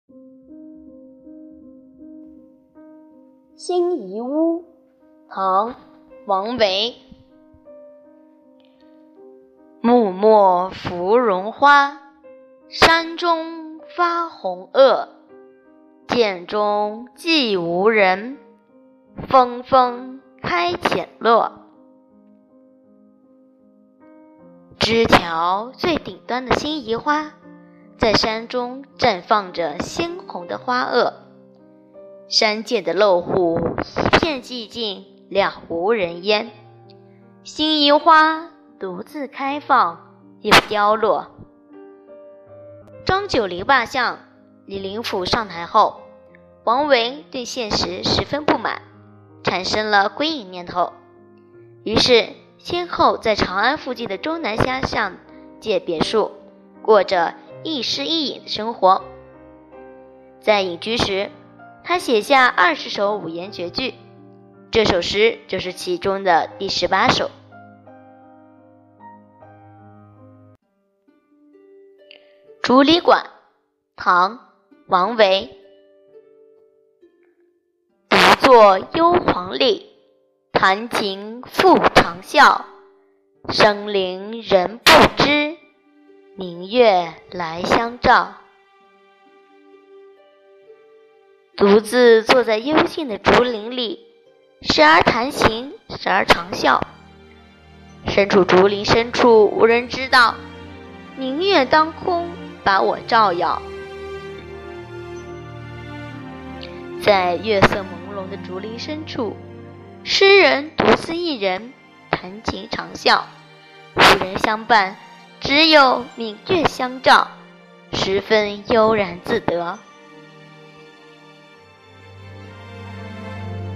辛夷坞，唐·王维。木末芙蓉花，山中发红萼。涧中寂无人，纷纷开浅落。枝条最顶端的辛夷花，在山中绽放着鲜红的花萼。山涧的漏户一片寂静，了无人烟。辛夷花独自开放，又凋落。张九龄罢相，李林甫上台后，王维对现实十分不满，产生了归隐念头，于是先后在长安附近的终南乡上借别墅，过着一诗一隐的生活。在隐居时，他写下20首五言绝句，这首诗就是其中的第18首。竹里馆，唐·王维。独坐幽篁里，弹琴复长啸。深林人不知，明月来相照。独自坐在幽静的竹林里，时而弹琴，时而长啸。身处竹林深处，无人知道，明月当空，把我照耀。在月色朦胧的竹林深处，诗人独自一人弹琴长啸，无人相伴，只有明月相照，十分悠然自得。